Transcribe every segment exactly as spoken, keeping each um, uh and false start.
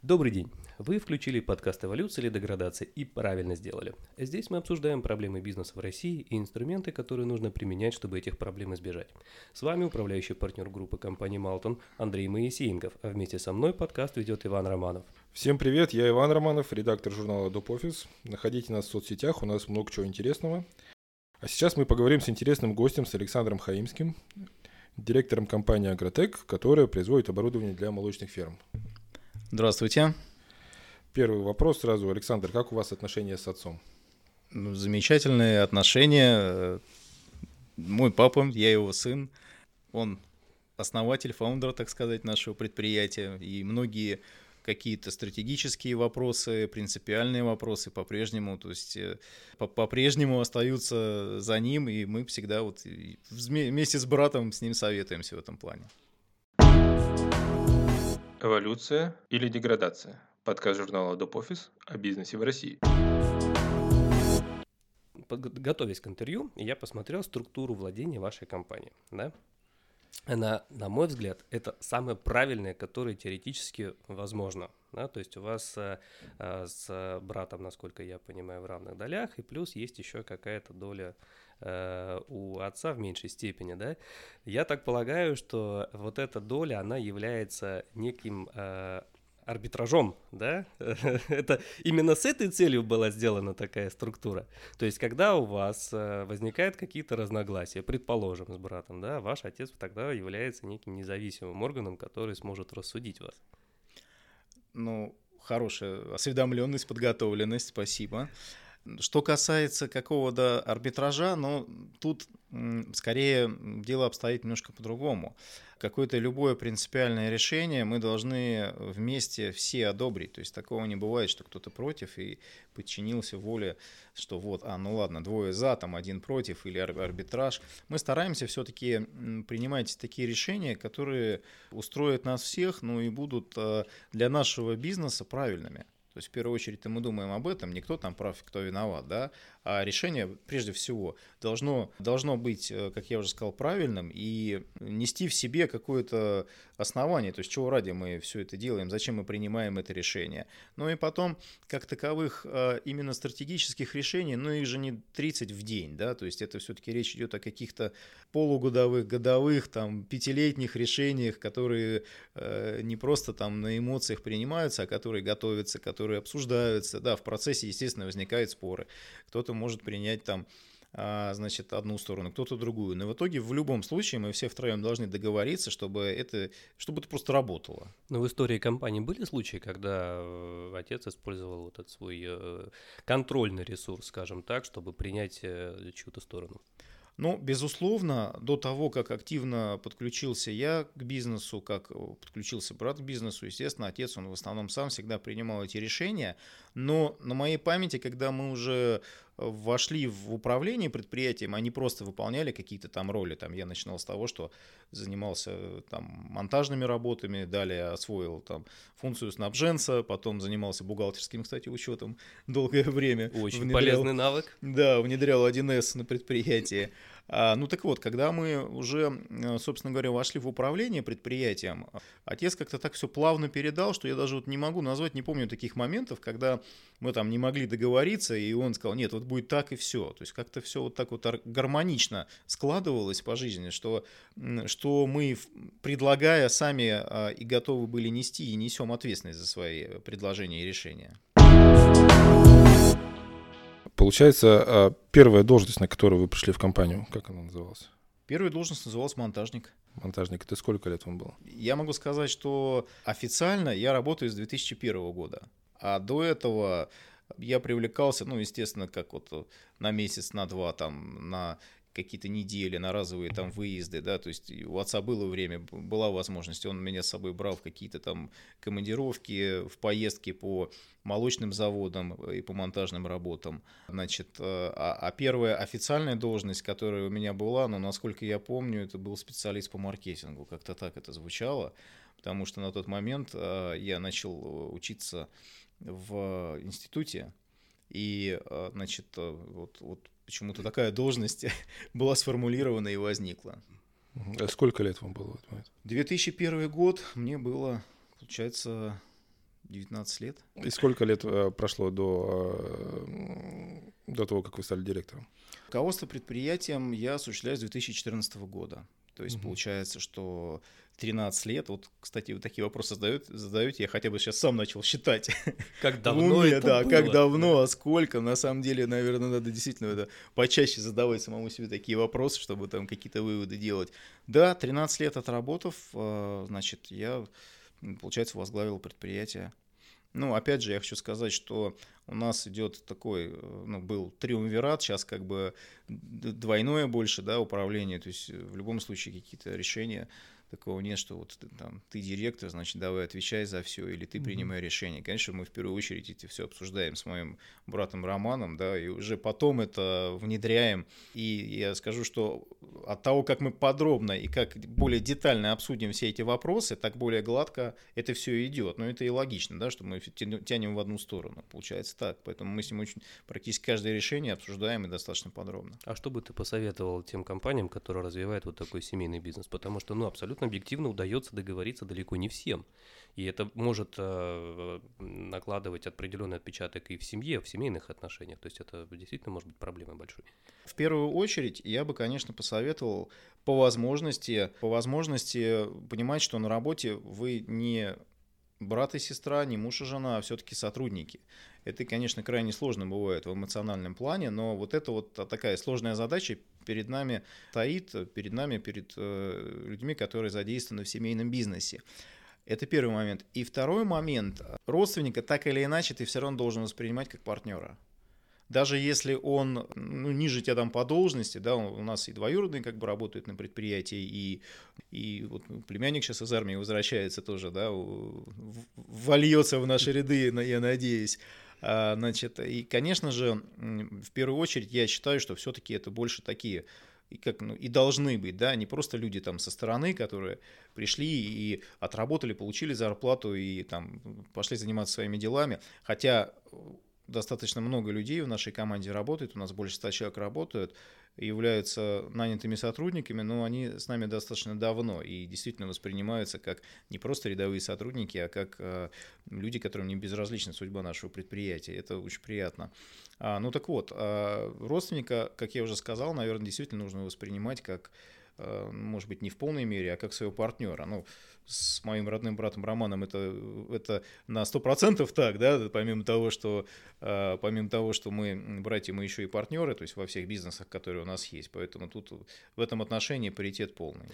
Добрый день! Вы включили подкаст «Эволюция или деградация» и правильно сделали. Здесь мы обсуждаем проблемы бизнеса в России и инструменты, которые нужно применять, чтобы этих проблем избежать. С вами управляющий партнер группы компании «Малтон» Андрей Моисеенков, а вместе со мной подкаст ведет Иван Романов. Всем привет, я Иван Романов, редактор журнала Доп. Офис. Находите нас в соцсетях, у нас много чего интересного. А сейчас мы поговорим с интересным гостем, с Александром Хаимским, директором компании «Агротек», которая производит оборудование для молочных ферм. Здравствуйте. Первый вопрос сразу. Александр, как у вас отношения с отцом? Ну, замечательные отношения. Мой папа, я его сын. Он основатель, фаундер, так сказать, нашего предприятия. И многие какие-то стратегические вопросы, принципиальные вопросы по-прежнему, то есть по-прежнему остаются за ним, и мы всегда вот вместе с братом с ним советуемся в этом плане. Эволюция или деградация? Подкаст журнала Доп. Офис о бизнесе в России. Готовясь к интервью, я посмотрел структуру владения вашей компании. Да? Она, на мой взгляд, это самое правильное, которое теоретически возможно. Да? То есть у вас а, с братом, насколько я понимаю, в равных долях, и плюс есть еще какая-то доля а, у отца в меньшей степени. Да? Я так полагаю, что вот эта доля, она является неким а, арбитражом, да? Это именно с этой целью была сделана такая структура. То есть, когда у вас возникают какие-то разногласия, предположим, с братом, да, ваш отец тогда является неким независимым органом, который сможет рассудить вас. Ну, хорошая осведомленность, подготовленность, спасибо. Что касается какого-то арбитража, ну, тут м, скорее дело обстоит немножко по-другому. Какое-то любое принципиальное решение мы должны вместе все одобрить. То есть такого не бывает, что кто-то против и подчинился воле, что вот, а, ну ладно, двое за, там один против или арбитраж. Мы стараемся все-таки принимать такие решения, которые устроят нас всех, ну и будут для нашего бизнеса правильными. То есть в первую очередь мы думаем об этом, не кто там прав, кто виноват, да, а решение прежде всего должно, должно быть, как я уже сказал, правильным и нести в себе какое-то основание, то есть чего ради мы все это делаем, зачем мы принимаем это решение. Ну и потом, как таковых именно стратегических решений, ну их же не тридцать в день, да, то есть это все-таки речь идет о каких-то полугодовых, годовых, там, пятилетних решениях, которые не просто там на эмоциях принимаются, а которые готовятся, которые которые обсуждаются, да, в процессе, естественно, возникают споры. Кто-то может принять там, а, значит, одну сторону, кто-то другую. Но в итоге в любом случае мы все втроем должны договориться, чтобы это, чтобы это просто работало. Но в истории компании были случаи, когда отец использовал вот этот свой контрольный ресурс, скажем так, чтобы принять чью-то сторону? Ну, безусловно, до того, как активно подключился я к бизнесу, как подключился брат к бизнесу, естественно, отец, он в основном сам всегда принимал эти решения. Но на моей памяти, когда мы уже вошли в управление предприятием, они просто выполняли какие-то там роли. Там я начинал с того, что занимался там монтажными работами, далее освоил там функцию снабженца, потом занимался бухгалтерским, кстати, учетом долгое время. Очень внедрял, полезный навык. Да, внедрял один эс на предприятии. А, ну так вот, когда мы уже, собственно говоря, вошли в управление предприятием, отец как-то так все плавно передал, что я даже вот не могу назвать, не помню таких моментов, когда мы там не могли договориться, и он сказал, нет, вот будет так и все. То есть как-то все вот так вот гармонично складывалось по жизни, что, что мы, предлагая, сами и готовы были нести, и несем ответственность за свои предложения и решения. Получается, первая должность, на которую вы пришли в компанию, как она называлась? Первая должность называлась монтажник. Монтажник. Это сколько лет вам было? Я могу сказать, что официально я работаю с две тысячи первого года. А до этого я привлекался, ну, естественно, как вот на месяц, на два, там, на какие-то недели, на разовые там выезды, да, то есть у отца было время, была возможность, он меня с собой брал в какие-то там командировки, в поездки по молочным заводам и по монтажным работам, значит, а, а первая официальная должность, которая у меня была, ну, насколько я помню, это был специалист по маркетингу, как-то так это звучало, потому что на тот момент я начал учиться в институте, и, значит, вот, вот почему-то такая должность была сформулирована и возникла. А сколько лет вам было в этот момент? две тысячи первый год, мне было, получается, девятнадцать лет. И сколько лет э, прошло до, э, до того, как вы стали директором? Руководство предприятием я осуществляю с две тысячи четырнадцатого года. То есть, угу. получается, что тринадцать лет. Вот, кстати, вот такие вопросы задают, задаете, я хотя бы сейчас сам начал считать. Как давно уме, это да, было? Как давно, а сколько. На самом деле, наверное, надо действительно это почаще задавать самому себе такие вопросы, чтобы там какие-то выводы делать. Да, тринадцать лет отработав, значит, я, получается, возглавил предприятие. Ну, опять же, я хочу сказать, что у нас идет такой, ну, был триумвират, сейчас как бы двойное больше, да, управление, то есть в любом случае какие-то решения такого нет, что вот там ты директор, значит, давай отвечай за все, или ты принимай mm-hmm. решение. Конечно, мы в первую очередь это все обсуждаем с моим братом Романом, да, и уже потом это внедряем. И я скажу, что от того, как мы подробно и как более детально обсудим все эти вопросы, так более гладко это все идет. Но это и логично, да, что мы тянем в одну сторону. Получается так. Поэтому мы с ним очень практически каждое решение обсуждаем и достаточно подробно. А что бы ты посоветовал тем компаниям, которые развивают вот такой семейный бизнес? Потому что, ну, абсолютно объективно удается договориться далеко не всем. И это может э, накладывать определенный отпечаток и в семье, в семейных отношениях. То есть это действительно может быть проблемой большой. В первую очередь я бы, конечно, посоветовал по возможности, по возможности понимать, что на работе вы не брат и сестра, не муж и жена, а все-таки сотрудники. Это, конечно, крайне сложно бывает в эмоциональном плане, но вот это вот такая сложная задача перед нами стоит, перед нами, перед э, людьми, которые задействованы в семейном бизнесе. Это первый момент. И второй момент. Родственника так или иначе ты все равно должен воспринимать как партнера. Даже если он, ну, ниже тебя там по должности, да, у нас и двоюродный как бы работает на предприятии, и, и вот племянник сейчас из армии возвращается тоже, да, вольется в наши ряды, я надеюсь. А, значит, и, конечно же, в первую очередь я считаю, что все-таки это больше такие, и, как, ну, и должны быть, да, не просто люди там со стороны, которые пришли и отработали, получили зарплату и там пошли заниматься своими делами, хотя достаточно много людей в нашей команде работает, у нас больше ста человек работают, являются нанятыми сотрудниками, но они с нами достаточно давно и действительно воспринимаются как не просто рядовые сотрудники, а как э, люди, которым не безразлична судьба нашего предприятия. Это очень приятно. А, ну так вот, а родственника, как я уже сказал, наверное, действительно нужно воспринимать как, э, может быть, не в полной мере, а как своего партнера. Ну, с моим родным братом Романом это, это на сто процентов так, да, помимо того, что, э, помимо того, что мы братья, мы еще и партнеры, то есть во всех бизнесах, которые у нас есть, поэтому тут в этом отношении паритет полный.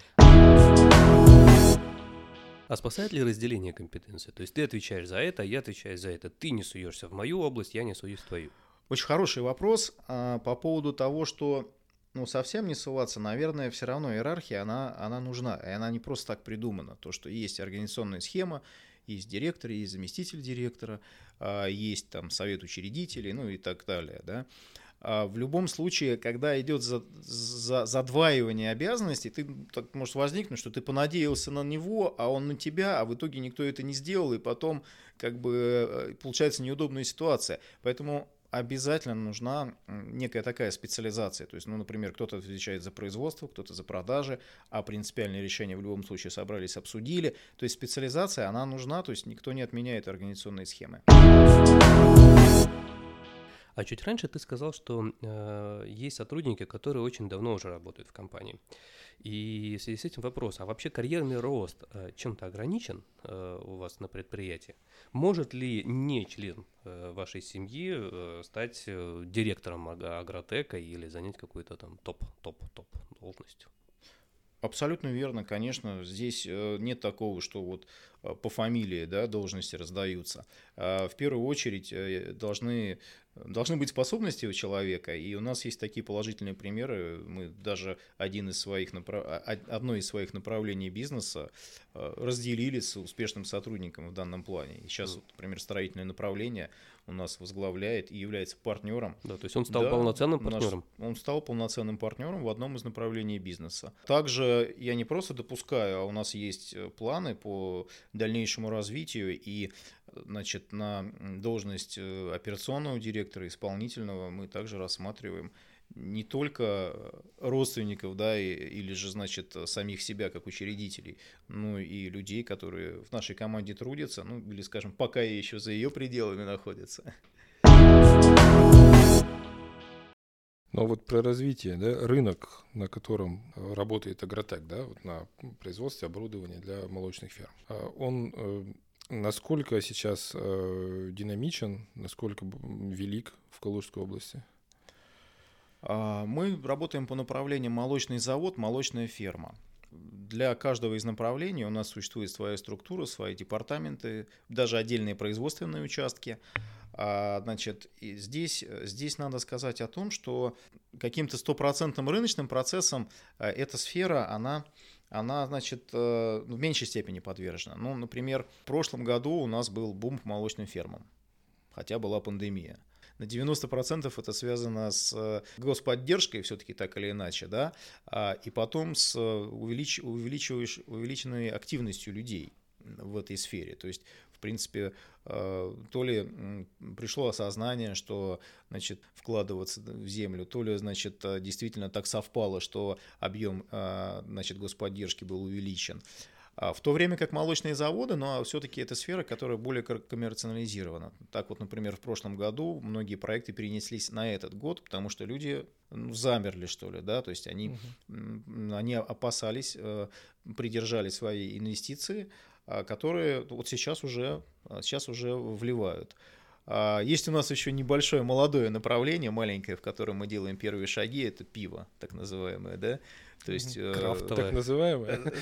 А спасает ли разделение компетенций? То есть ты отвечаешь за это, я отвечаю за это. Ты не суешься в мою область, я не суюсь в твою. Очень хороший вопрос а, по поводу того, что ну, совсем не ссылаться, наверное, все равно иерархия, она, она нужна, и она не просто так придумана. То, что есть организационная схема, есть директор, есть заместитель директора, есть там совет учредителей, ну и так далее, да. В любом случае, когда идет за, за, задваивание обязанностей, ты, так может возникнуть, что ты понадеялся на него, а он на тебя, а в итоге никто это не сделал, и потом как бы получается неудобная ситуация. Поэтому обязательно нужна некая такая специализация. То есть, ну, например, кто-то отвечает за производство, кто-то за продажи, а принципиальные решения в любом случае собрались, обсудили. То есть специализация, она нужна, то есть никто не отменяет организационные схемы. А чуть раньше ты сказал, что э, есть сотрудники, которые очень давно уже работают в компании. И в связи с этим вопрос, а вообще карьерный рост э, чем-то ограничен э, у вас на предприятии? Может ли не член э, вашей семьи э, стать э, директором Агротека или занять какую-то там топ-топ-топ должность? Абсолютно верно, конечно, здесь нет такого, что вот по фамилии, да, должности раздаются. В первую очередь должны, должны быть способности у человека, и у нас есть такие положительные примеры. Мы даже один из своих направ... одно из своих направлений бизнеса разделили с успешным сотрудником в данном плане. И сейчас, вот, например, строительное направление у нас возглавляет и является партнером. Да, то есть он стал да, полноценным партнером? Наш, он стал полноценным партнером в одном из направлений бизнеса. Также я не просто допускаю, а у нас есть планы по дальнейшему развитию, и, значит, на должность операционного директора, исполнительного мы также рассматриваем не только родственников, да, и, или же, значит, самих себя как учредителей, но и людей, которые в нашей команде трудятся, ну, или, скажем, пока еще за ее пределами находятся. Но вот про развитие, да, рынок, на котором работает Агротек, да, вот на производстве оборудования для молочных ферм, он э, насколько сейчас э, динамичен, насколько велик в Калужской области? Мы работаем по направлению молочный завод, молочная ферма. Для каждого из направлений у нас существует своя структура, свои департаменты, даже отдельные производственные участки. Значит, и здесь, здесь надо сказать о том, что каким-то стопроцентным рыночным процессом эта сфера, она, она значит, в меньшей степени подвержена. Ну, например, в прошлом году у нас был бум по молочным фермам, хотя была пандемия. На девяносто процентов это связано с господдержкой, все-таки так или иначе, да, и потом с увелич... увеличенной активностью людей в этой сфере. То есть, в принципе, то ли пришло осознание, что, значит, вкладываться в землю, то ли, значит, действительно так совпало, что объем, значит, господдержки был увеличен. В то время как молочные заводы, но все-таки это сфера, которая более коммерциализирована. Так вот, например, в прошлом году многие проекты перенеслись на этот год, потому что люди ну, замерли, что ли, да, то есть они, угу. они опасались, придержали свои инвестиции, которые вот сейчас уже, сейчас уже вливают. Есть у нас еще небольшое молодое направление, маленькое, в котором мы делаем первые шаги, это пиво, так называемое, да? То есть, крафтовое. Так называемое?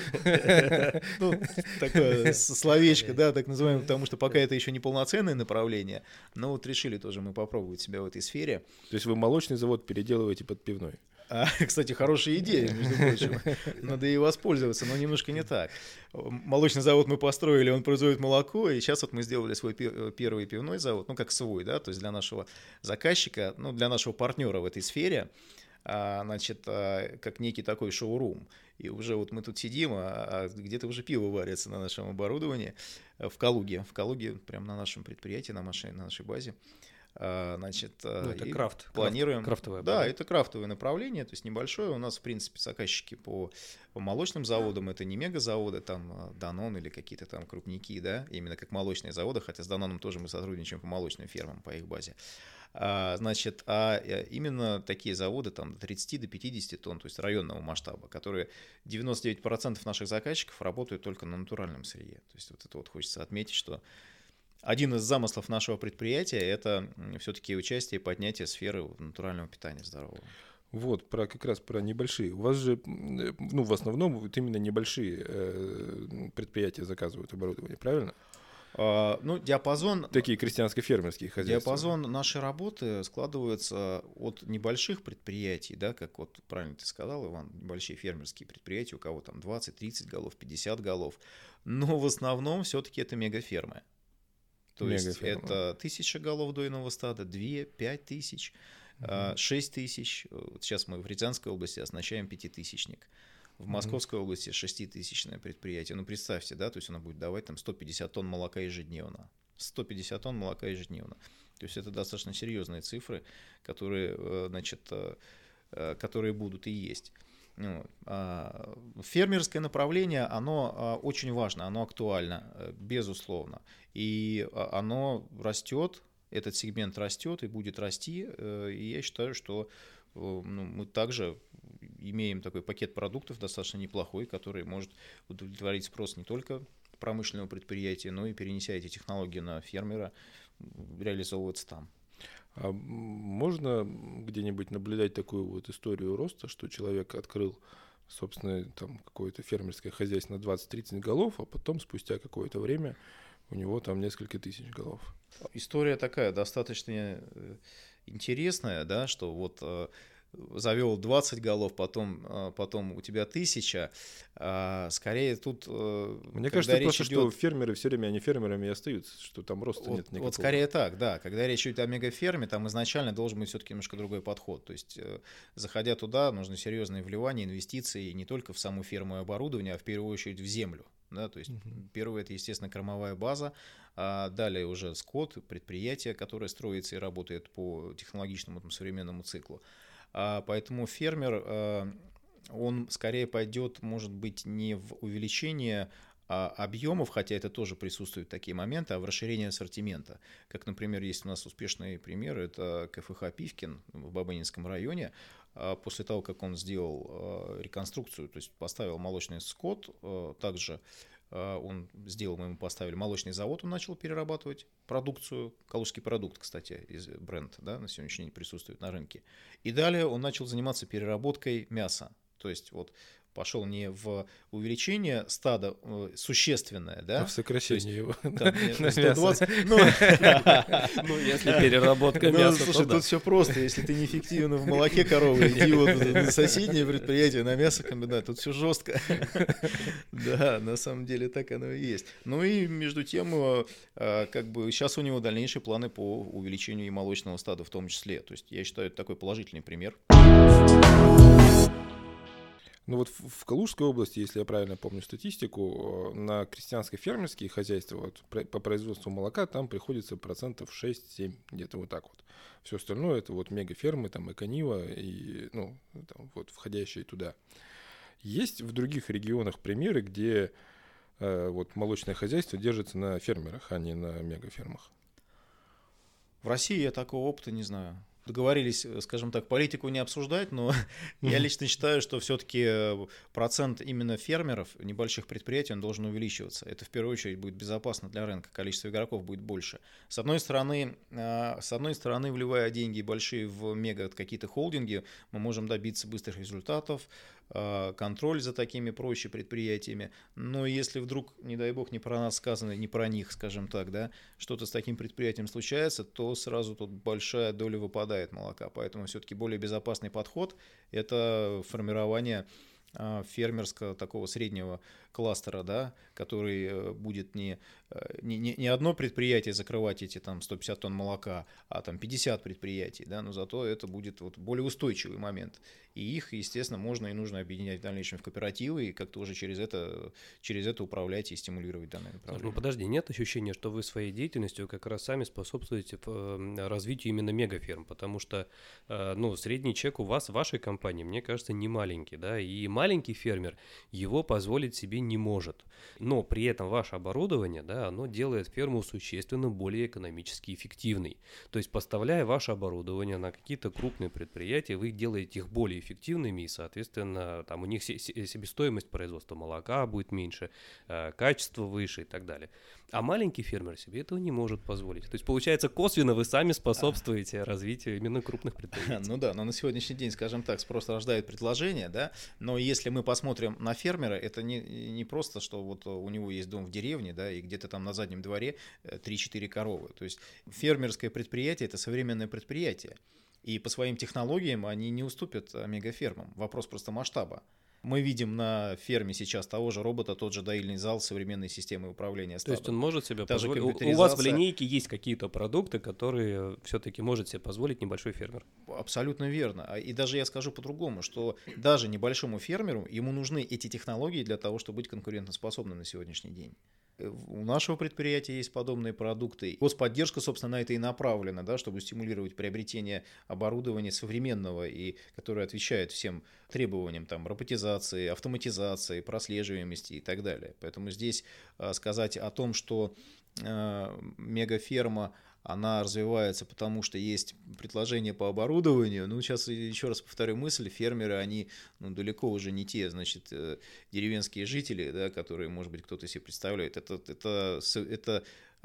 Ну, такое словечко, да, так называемое, потому что пока это еще не полноценное направление, но вот решили тоже мы попробовать себя в этой сфере. То есть вы молочный завод переделываете под пивной? А, кстати, хорошая идея, между прочим. Надо ей воспользоваться, но немножко не так. Молочный завод мы построили, он производит молоко, и сейчас вот мы сделали свой первый пивной завод, ну, как свой, да, то есть для нашего заказчика, ну, для нашего партнера в этой сфере, значит, как некий такой шоурум. И уже вот мы тут сидим, а где-то уже пиво варится на нашем оборудовании в Калуге, в Калуге, прямо на нашем предприятии, на нашей, на нашей базе. Значит, ну, это крафт, планируем. Крафтовое. Да, это крафтовое направление, то есть небольшое. У нас, в принципе, заказчики по, по молочным заводам, это не мегазаводы, там Данон или какие-то там крупники, да, именно как молочные заводы, хотя с Даноном тоже мы сотрудничаем по молочным фермам, по их базе. А, значит, а именно такие заводы там до тридцати до пятидесяти тонн, то есть районного масштаба, которые девяносто девять процентов наших заказчиков работают только на натуральном сырье. То есть вот это вот хочется отметить, что один из замыслов нашего предприятия – это все-таки участие и поднятие сферы натурального питания здорового. Вот, про, как раз про небольшие. У вас же, ну, в основном вот именно небольшие э, предприятия заказывают оборудование, правильно? А, ну, диапазон… Такие крестьянско-фермерские хозяйства. Диапазон нашей работы складывается от небольших предприятий, да, как вот правильно ты сказал, Иван, небольшие фермерские предприятия, у кого там двадцать-тридцать голов, пятьдесят голов, но в основном все-таки это мегафермы. То есть это тысяча голов дойного стада, две, пять тысяч, uh-huh. шесть тысяч. Вот сейчас мы в Рязанской области оснащаем пятитысячник. В Московской uh-huh. области шеститысячное предприятие. Ну, представьте, да, то есть оно будет давать там сто пятьдесят тонн молока ежедневно. сто пятьдесят тонн молока ежедневно. То есть это достаточно серьезные цифры, которые, значит, которые будут и есть. Фермерское направление, оно очень важно, оно актуально, безусловно. И оно растет, этот сегмент растет и будет расти. И я считаю, что ну, мы также имеем такой пакет продуктов достаточно неплохой, который может удовлетворить спрос не только промышленного предприятия, но и, перенеся эти технологии на фермера, реализовываться там. А можно где-нибудь наблюдать такую вот историю роста, что человек открыл, собственно, там какое-то фермерское хозяйство на двадцать-тридцать голов, а потом спустя какое-то время у него там несколько тысяч голов? История такая достаточно интересная, да, что вот завел двадцать голов, потом, потом у тебя тысяча, а скорее тут… Мне кажется просто, идет... что фермеры все время, они фермерами и остаются, что там роста вот, нет никакого. Вот скорее так, да. Когда речь идет о мегаферме, там изначально должен быть все-таки немножко другой подход. То есть, заходя туда, нужно серьезные вливания, инвестиции не только в саму ферму и оборудование, а в первую очередь в землю. Да, то есть uh-huh. первое – это, естественно, кормовая база, а далее уже скот, предприятие, которое строится и работает по технологичному там, современному циклу. А, поэтому фермер, а, он скорее пойдет, может быть, не в увеличение а, объемов, хотя это тоже присутствуют такие моменты, а в расширение ассортимента. Как, например, есть у нас успешный пример, это КФХ «Пивкин» в Бабынинском районе. А, после того, как он сделал а, реконструкцию, то есть поставил молочный скот, а, также а, он сделал, мы ему поставили молочный завод, он начал перерабатывать продукцию, калужский продукт, кстати, из бренд, да, на сегодняшний день присутствует на рынке. И далее он начал заниматься переработкой мяса. То есть вот пошел не в увеличение стада э, существенное, да? А в сокращение его. сто двадцать, ну, Ну, если переработка ну, мяса, слушай, то да. тут все просто. Если ты неэффективен в молоке коровы, иди вот на соседнее предприятие, на мясокомбинат. Тут все жестко. Да, на самом деле так оно и есть. Ну и между тем, э, э, как бы сейчас у него дальнейшие планы по увеличению и молочного стада в том числе. То есть я считаю, это такой положительный пример. Ну вот в, в Калужской области, если я правильно помню статистику, на крестьянско-фермерские хозяйства вот, по производству молока там приходится процентов шесть-семь, где-то вот так вот. Все остальное это вот мегафермы, там Эконива и ну, там, вот входящие туда. Есть в других регионах примеры, где э, вот молочное хозяйство держится на фермерах, а не на мегафермах? В России я такого опыта не знаю. Договорились, скажем так, политику не обсуждать, но я лично считаю, что все-таки процент именно фермеров, небольших предприятий, он должен увеличиваться. Это в первую очередь будет безопасно для рынка, количество игроков будет больше. С одной стороны, с одной стороны, вливая деньги большие в мега какие-то холдинги, мы можем добиться быстрых результатов, контроль за такими проще предприятиями. Но если вдруг, не дай бог, не про нас сказано, не про них, скажем так, да, что-то с таким предприятием случается, то сразу тут большая доля выпадает молока. Поэтому все-таки более безопасный подход – это формирование фермерского такого среднего кластера, да, который будет не, не, не одно предприятие закрывать эти там сто пятьдесят тонн молока, а там пятьдесят предприятий, да, но зато это будет вот более устойчивый момент. И их, естественно, можно и нужно объединять в дальнейшем в кооперативы и как-то уже через это, через это управлять и стимулировать данное направление. Ну подожди, нет ощущения, что вы своей деятельностью как раз сами способствуете развитию именно мегаферм, потому что ну, средний чек у вас в вашей компании, мне кажется, не маленький, да, и маленький фермер его позволить себе не может, но при этом ваше оборудование, да, оно делает ферму существенно более экономически эффективной. То есть поставляя ваше оборудование на какие-то крупные предприятия, вы делаете их более эффективными, и, соответственно, там у них себестоимость производства молока будет меньше, качество выше и так далее. А маленький фермер себе этого не может позволить. То есть, получается, косвенно вы сами способствуете развитию именно крупных предприятий. Ну да, но на сегодняшний день, скажем так, спрос рождает предложение, да, но если мы посмотрим на фермера, это не, не просто, что вот у него есть дом в деревне, да, и где-то там на заднем дворе три-четыре коровы. То есть фермерское предприятие – это современное предприятие. И по своим технологиям они не уступят мегафермам. Вопрос просто масштаба. Мы видим на ферме сейчас того же робота, тот же доильный зал, современные системы управления стадом. То есть он может себе Та же позволить... компьютеризация. У вас в линейке есть какие-то продукты, которые все-таки может себе позволить небольшой фермер. Абсолютно верно. И даже я скажу по-другому, что даже небольшому фермеру ему нужны эти технологии для того, чтобы быть конкурентоспособным на сегодняшний день. У нашего предприятия есть подобные продукты. Господдержка, собственно, на это и направлена, да, чтобы стимулировать приобретение оборудования современного, и которое отвечает всем требованиям там, роботизации, автоматизации, прослеживаемости и так далее. Поэтому здесь а, сказать о том, что а, мегаферма она развивается, потому что есть предложение по оборудованию. Ну, сейчас еще раз повторю мысль, фермеры, они ну, далеко уже не те, значит, деревенские жители, да, которые, может быть, кто-то себе представляет. Это, это, это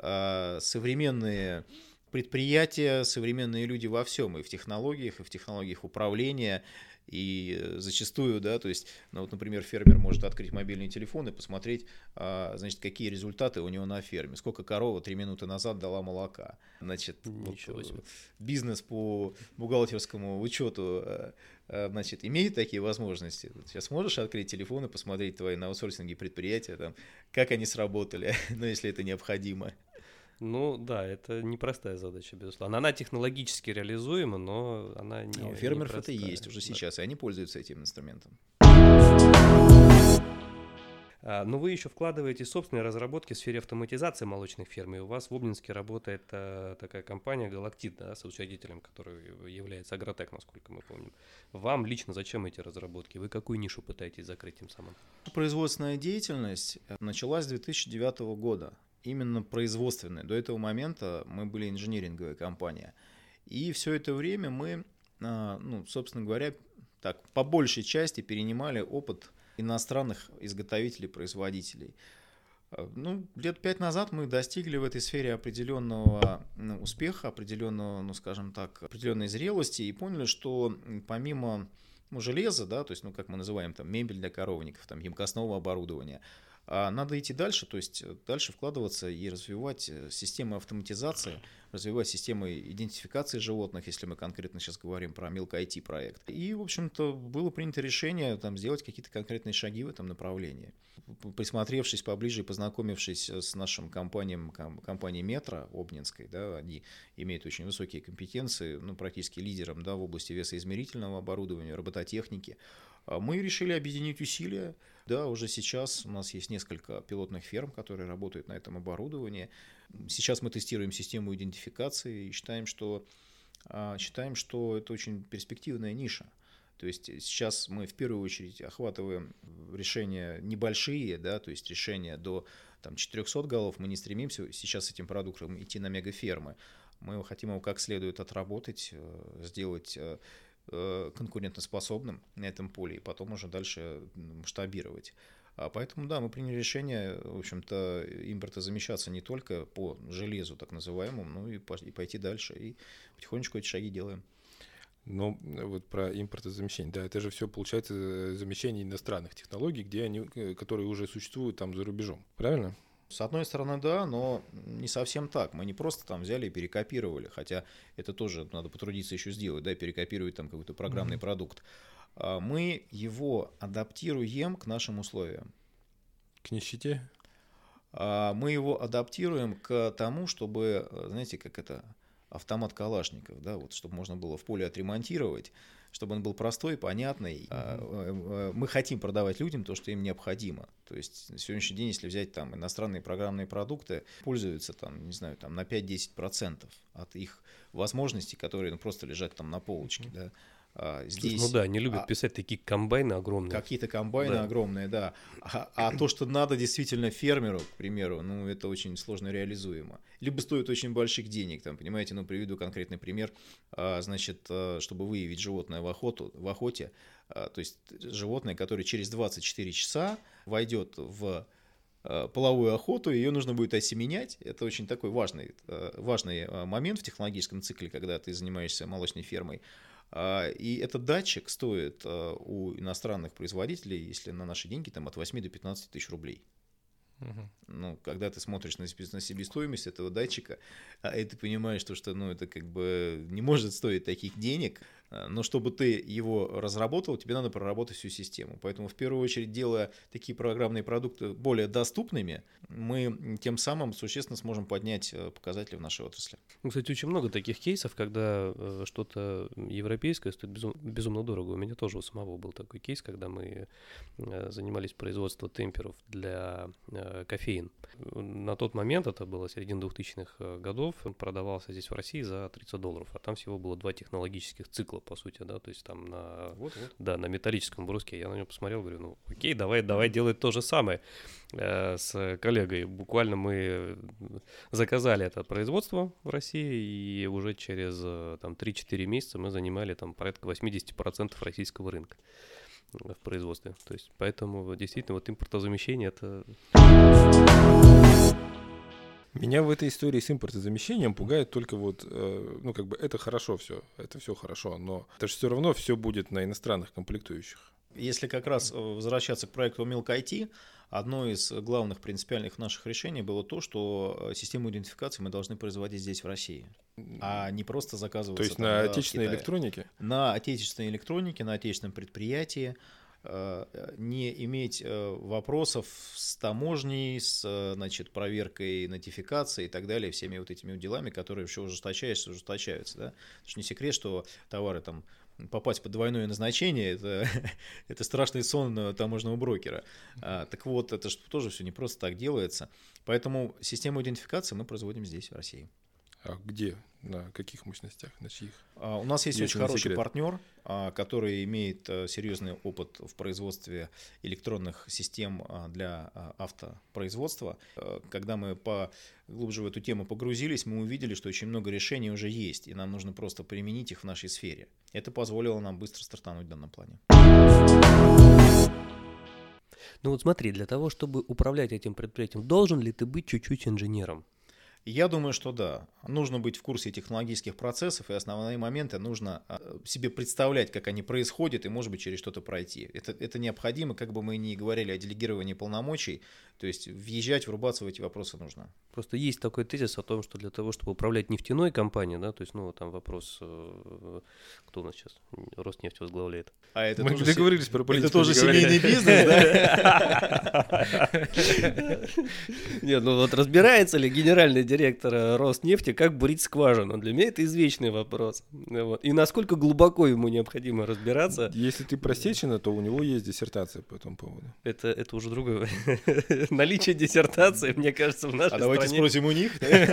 а, современные предприятия, современные люди во всем, и в технологиях, и в технологиях управления. И зачастую, да, то есть, ну, вот, например, фермер может открыть мобильный телефон и посмотреть, а, значит, какие результаты у него на ферме, сколько корова три минуты назад дала молока. Значит, вот, бизнес по бухгалтерскому учету, а, значит, имеет такие возможности. Сейчас можешь открыть телефон и посмотреть твои на аутсорсинге предприятия, там, как они сработали, ну, если это необходимо. Ну да, это непростая задача, безусловно. Она технологически реализуема, но она не. А у фермеров не это есть уже сейчас, да. И они пользуются этим инструментом. Но вы еще вкладываете собственные разработки в сфере автоматизации молочных ферм. И у вас в Обнинске работает такая компания «Галактит», да, соучредителем, который является Агротек, насколько мы помним. Вам лично зачем эти разработки? Вы какую нишу пытаетесь закрыть тем самым? Производственная деятельность началась с две тысячи девятого года. Именно производственная. До этого момента мы были инжиниринговая компания. И все это время мы, ну, собственно говоря, так, по большей части перенимали опыт иностранных изготовителей-производителей. Ну, лет пять назад мы достигли в этой сфере определенного ну, успеха, определенного, ну, скажем так, определенной зрелости и поняли, что помимо ну, железа, да, то есть, ну, как мы называем, там, мебель для коровников, там, емкостного оборудования, надо идти дальше, то есть дальше вкладываться и развивать системы автоматизации, развивать системы идентификации животных, если мы конкретно сейчас говорим про мелко-ай ти проект. И, в общем-то, было принято решение там, сделать какие-то конкретные шаги в этом направлении. Присмотревшись поближе и познакомившись с нашим компанией, компанией Метро Обнинской, да, они имеют очень высокие компетенции, ну, практически лидером, да, в области весоизмерительного оборудования, робототехники, мы решили объединить усилия. Да, уже сейчас у нас есть несколько пилотных ферм, которые работают на этом оборудовании. Сейчас мы тестируем систему идентификации и считаем, что, считаем, что это очень перспективная ниша. То есть сейчас мы в первую очередь охватываем решения небольшие, да, то есть решения до там, четырехсот голов. Мы не стремимся сейчас с этим продуктом идти на мегафермы. Мы хотим его как следует отработать, сделать конкурентоспособным на этом поле и потом уже дальше масштабировать. А поэтому, да, мы приняли решение, в общем-то, импортозамещаться не только по железу, так называемому, но и пойти дальше. И потихонечку эти шаги делаем. Ну, вот про импортозамещение. Да, это же все, получается, замещение иностранных технологий, где они, которые уже существуют там за рубежом. Правильно? С одной стороны, да, но не совсем так. Мы не просто там взяли и перекопировали, хотя это тоже надо потрудиться еще сделать, да, перекопировать там какой-то программный mm-hmm. продукт. Мы его адаптируем к нашим условиям. К нищете? Мы его адаптируем к тому, чтобы, знаете, как это, автомат Калашников, да, вот, чтобы можно было в поле отремонтировать, чтобы он был простой, понятный. Mm-hmm. Мы хотим продавать людям то, что им необходимо. То есть на сегодняшний день, если взять там иностранные программные продукты, пользуются там, не знаю, там на пять-десять процентов от их возможностей, которые ну, просто лежат там на полочке, mm-hmm. да. Здесь, ну да, они любят а, писать такие комбайны огромные. Какие-то комбайны да. огромные, да. А, а то, что надо действительно фермеру, к примеру, ну это очень сложно реализуемо. Либо стоит очень больших денег, там, понимаете, ну приведу конкретный пример. А, значит, чтобы выявить животное в, охоту, в охоте, а, то есть животное, которое через двадцать четыре часа войдет в половую охоту, ее нужно будет осеменять. Это очень такой важный, важный момент в технологическом цикле, когда ты занимаешься молочной фермой. И этот датчик стоит у иностранных производителей, если на наши деньги, там, от восьми до пятнадцати тысяч рублей. Угу. Ну, когда ты смотришь на, на себестоимость этого датчика, и ты понимаешь, что, что ну, это как бы не может стоить таких денег, но чтобы ты его разработал, тебе надо проработать всю систему. Поэтому в первую очередь, делая такие программные продукты более доступными, мы тем самым существенно сможем поднять показатели в нашей отрасли. Ну, кстати, очень много таких кейсов, когда э, что-то европейское стоит безум, безумно дорого. У меня тоже у самого был такой кейс, когда мы э, занимались производством темперов для э, кофеин. На тот момент, это было середина двухтысячных годов, он продавался здесь в России за тридцать долларов, а там всего было два технологических цикла, по сути, да, то есть там на, вот, вот. Да, на металлическом бруске. Я на него посмотрел, говорю, ну окей, давай, давай делать то же самое э, с коллегой. Буквально мы заказали это производство в России, и уже через там, три-четыре месяца мы занимали там порядка восемьдесят процентов российского рынка в производстве. То есть, поэтому действительно вот импортозамещение это... Меня в этой истории с импортозамещением пугает только вот, э, ну как бы это хорошо все, это все хорошо, но это же все равно все будет на иностранных комплектующих. Если как раз возвращаться к проекту мелко-ай ти, одно из главных принципиальных наших решений было то, что систему идентификации мы должны производить здесь, в России, а не просто заказывать. То есть на отечественной электронике? На отечественной электронике, на отечественном предприятии. не иметь вопросов с таможней, с, значит, проверкой нотификации и так далее, всеми вот этими делами, которые еще ужесточаются, ужесточаются. Да? Это же не секрет, что товары там попасть под двойное назначение, это, это страшный сон таможенного брокера. А, так вот, это же тоже все не просто так делается. Поэтому систему идентификации мы производим здесь, в России. А где? На каких мощностях? На чьих? А, у нас есть Если очень хороший секрет. партнер, а, который имеет а, серьезный опыт в производстве электронных систем а, для а, автопроизводства. А, когда мы поглубже в эту тему погрузились, мы увидели, что очень много решений уже есть, и нам нужно просто применить их в нашей сфере. Это позволило нам быстро стартануть в данном плане. Ну вот смотри, для того, чтобы управлять этим предприятием, должен ли ты быть чуть-чуть инженером? Я думаю, что да. Нужно быть в курсе технологических процессов, и основные моменты нужно себе представлять, как они происходят, и, может быть, через что-то пройти. Это, это необходимо, как бы мы ни говорили о делегировании полномочий, то есть въезжать, врубаться в эти вопросы нужно. Просто есть такой тезис о том, что для того, чтобы управлять нефтяной компанией, да, то есть, ну, там вопрос, кто у нас сейчас, Роснефть возглавляет. А это Мы тоже договорились се... про политику. Это тоже семейный бизнес, да? Нет, ну вот разбирается ли генеральный директор Роснефти, как бурить скважину? Для меня это извечный вопрос. И насколько глубоко ему необходимо разбираться. Если ты просечено, то у него есть диссертация по этому поводу. Это, это уже другое. Наличие диссертации, мне кажется, в нашей стране... А давайте стране... спросим у них.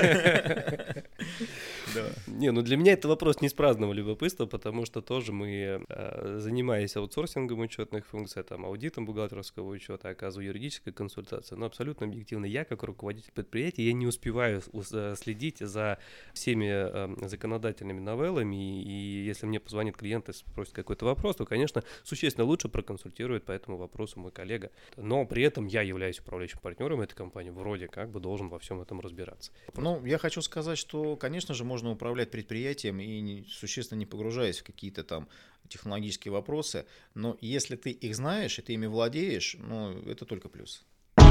Не, ну для меня это вопрос не из праздного любопытства, потому что тоже мы, занимаясь аутсорсингом учетных функций, там, аудитом бухгалтерского учета, оказываю юридическую консультацию, но абсолютно объективно я, как руководитель предприятия, я не успеваю следить за всеми законодательными новеллами, и если мне позвонит клиент и спросит какой-то вопрос, то, конечно, существенно лучше проконсультирует по этому вопросу мой коллега. Но при этом я являюсь управляющим партнером этой компании, вроде как бы должен во всем этом разбираться. Ну, я хочу сказать, что, конечно же, можно управлять предприятием и не, существенно не погружаясь в какие-то там технологические вопросы, но если ты их знаешь и ты ими владеешь, ну, это только плюс.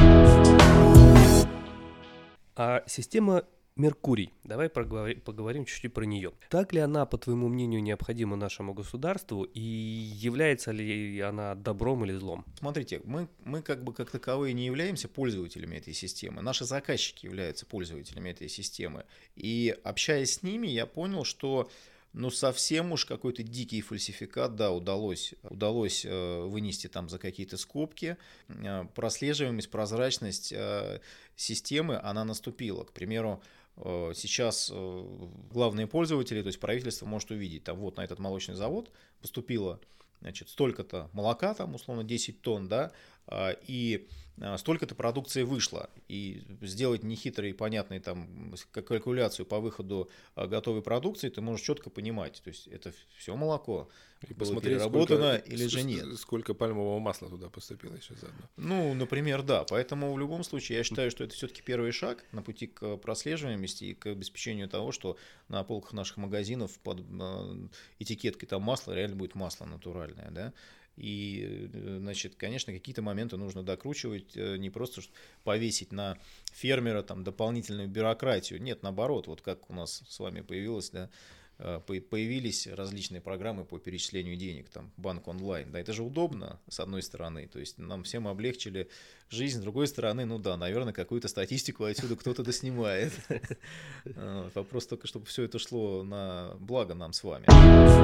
А система Меркурий, давай поговори, поговорим чуть-чуть про нее. Так ли она, по твоему мнению, необходима нашему государству, и является ли она добром или злом? Смотрите, мы, мы как бы как таковые не являемся пользователями этой системы, наши заказчики являются пользователями этой системы, и общаясь с ними, я понял, что ну совсем уж какой-то дикий фальсификат, да, удалось, удалось э, вынести там за какие-то скобки, э, прослеживаемость, прозрачность э, системы, она наступила, к примеру. Сейчас главные пользователи, то есть правительство может увидеть, там вот на этот молочный завод поступило, значит, столько-то молока, там условно десять тонн, да, и столько-то продукции вышло, и сделать нехитрый и понятный там калькуляцию по выходу готовой продукции, ты можешь четко понимать, то есть это все молоко и было переработано сколько, или же нет. Сколько пальмового масла туда поступило еще заодно. Ну, например, да, поэтому в любом случае я считаю, что это все-таки первый шаг на пути к прослеживаемости и к обеспечению того, что на полках наших магазинов под этикеткой там масло реально будет масло натуральное, да. И, значит, конечно, какие-то моменты нужно докручивать, не просто повесить на фермера там дополнительную бюрократию. Нет, наоборот, вот как у нас с вами появилось, да, появились различные программы по перечислению денег, там, банк онлайн. Да, это же удобно, с одной стороны, то есть нам всем облегчили жизнь, с другой стороны, ну да, наверное, какую-то статистику отсюда кто-то доснимает. Вопрос только, чтобы все это шло на благо нам с вами.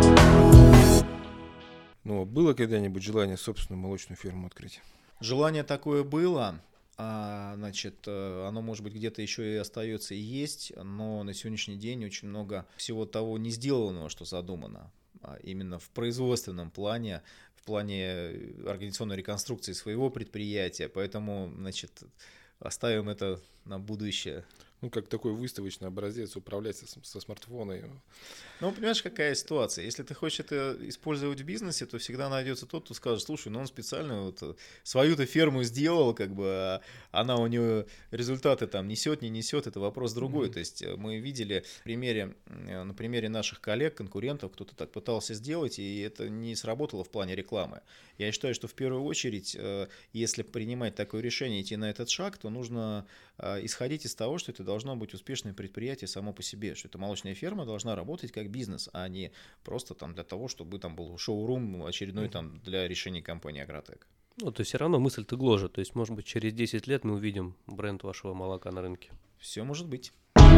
Ну, было когда-нибудь желание собственную молочную ферму открыть? Желание такое было, а, значит, оно, может быть, где-то еще и остается и есть, но на сегодняшний день очень много всего того не сделанного, что задумано, а именно в производственном плане, в плане организационной реконструкции своего предприятия, поэтому, значит, оставим это на будущее. Ну, как такой выставочный образец управлять со, со смартфона. Ну, понимаешь, какая ситуация? Если ты хочешь это использовать в бизнесе, то всегда найдется тот, кто скажет, слушай, ну он специально вот свою-то ферму сделал, как бы, а она у него результаты там несет, не несет, это вопрос другой. Mm-hmm. То есть мы видели в примере, на примере наших коллег, конкурентов, кто-то так пытался сделать, и это не сработало в плане рекламы. Я считаю, что в первую очередь, если принимать такое решение, идти на этот шаг, то нужно исходить из того, что это должно быть успешное предприятие само по себе, что эта молочная ферма должна работать как бизнес, а не просто там для того, чтобы там был шоурум очередной там для решения компании «Агротек». Ну, то есть все равно мысль-то гложет. То есть, может быть, через десять лет мы увидим бренд вашего молока на рынке. Все может быть.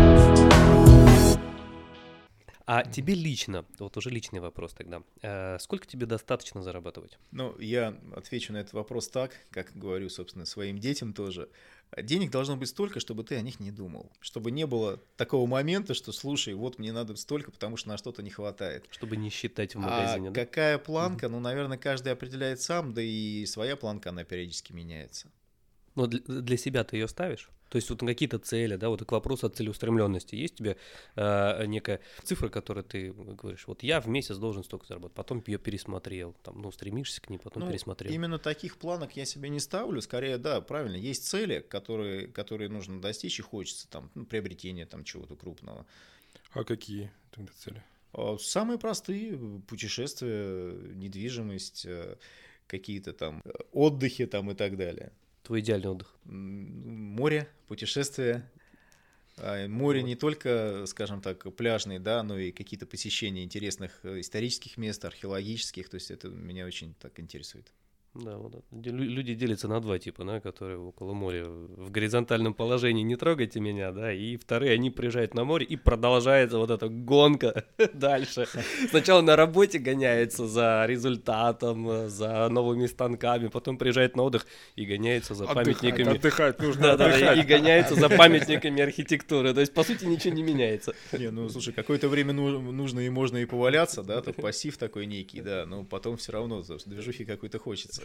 А тебе лично, вот уже личный вопрос тогда, э, сколько тебе достаточно зарабатывать? Ну, я отвечу на этот вопрос так, как говорю, собственно, своим детям тоже. Денег должно быть столько, чтобы ты о них не думал. Чтобы не было такого момента, что, слушай, вот мне надо столько, потому что на что-то не хватает. Чтобы не считать в магазине, а да? Какая планка? Ну, наверное, каждый определяет сам, да и своя планка, она периодически меняется. Но для, для себя ты ее ставишь? То есть вот какие-то цели, да, вот к вопросу о целеустремленности. Есть у тебя э, некая цифра, которую ты говоришь, вот я в месяц должен столько заработать, потом ее пересмотрел, там, ну, стремишься к ней, потом ну, пересмотрел. Именно таких планок я себе не ставлю, скорее, да, правильно, есть цели, которые, которые нужно достичь и хочется, там, ну, приобретение там чего-то крупного. А какие тогда цели? Самые простые: путешествия, недвижимость, какие-то там отдыхи там и так далее. Твой идеальный отдых? Море, путешествия. Море вот. Не только, скажем так, пляжные, да, но и какие-то посещения интересных исторических мест, археологических. То есть это меня очень так интересует. Да, вот люди делятся на два типа, да, которые около моря в горизонтальном положении «не трогайте меня», да, и вторые, они приезжают на море, и продолжается вот эта гонка дальше. Сначала на работе гоняется за результатом, за новыми станками, потом приезжает на отдых и гоняется за отдыхать, памятниками. Отдыхать нужно, да, отдыхать. Да, и гоняется за памятниками архитектуры. То есть, по сути, ничего не меняется. Не, ну, слушай, какое-то время нужно и можно и поваляться, да, тут пассив такой некий, да, но потом все равно движухи какой-то хочется.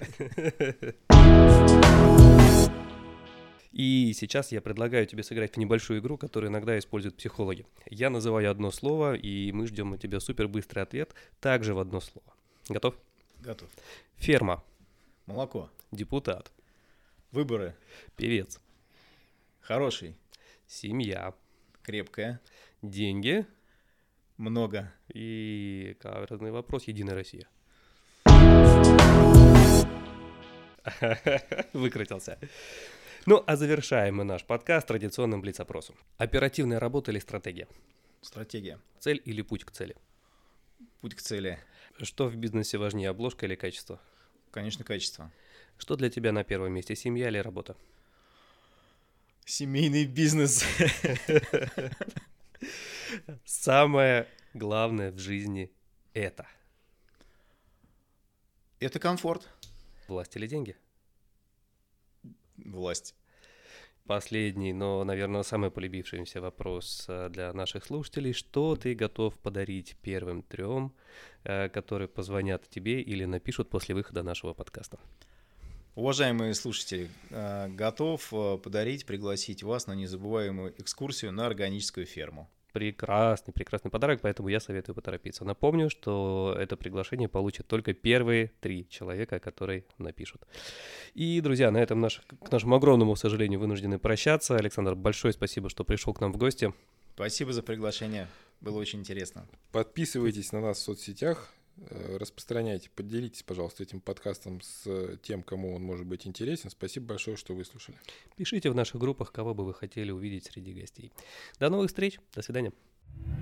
И сейчас я предлагаю тебе сыграть в небольшую игру, которую иногда используют психологи. Я называю одно слово, и мы ждем от тебя супербыстрый ответ, также в одно слово. Готов? Готов. Ферма. Молоко. Депутат. Выборы. Певец. Хороший. Семья. Крепкая. Деньги. Много. И каверзный вопрос: Единая Россия. Выкрутился. Ну, а завершаем мы наш подкаст традиционным блиц-опросом. Оперативная работа или стратегия? Стратегия. Цель или путь к цели? Путь к цели. Что в бизнесе важнее, обложка или качество? Конечно, качество. Что для тебя на первом месте, семья или работа? Семейный бизнес. Самое главное в жизни – это? Это комфорт. Власть или деньги? Власть. Последний, но, наверное, самый полюбившийся вопрос для наших слушателей. Что ты готов подарить первым трем, которые позвонят тебе или напишут после выхода нашего подкаста? Уважаемые слушатели, готов подарить, пригласить вас на незабываемую экскурсию на органическую ферму. Прекрасный, прекрасный подарок, поэтому я советую поторопиться. Напомню, что это приглашение получат только первые три человека, которые напишут. И, друзья, на этом наш, к нашему огромному, к сожалению, вынуждены прощаться. Александр, большое спасибо, что пришел к нам в гости. Спасибо за приглашение, было очень интересно. Подписывайтесь на нас в соцсетях, распространяйте, поделитесь, пожалуйста, этим подкастом с тем, кому он может быть интересен. Спасибо большое, что выслушали. Пишите в наших группах, кого бы вы хотели увидеть среди гостей. До новых встреч, до свидания.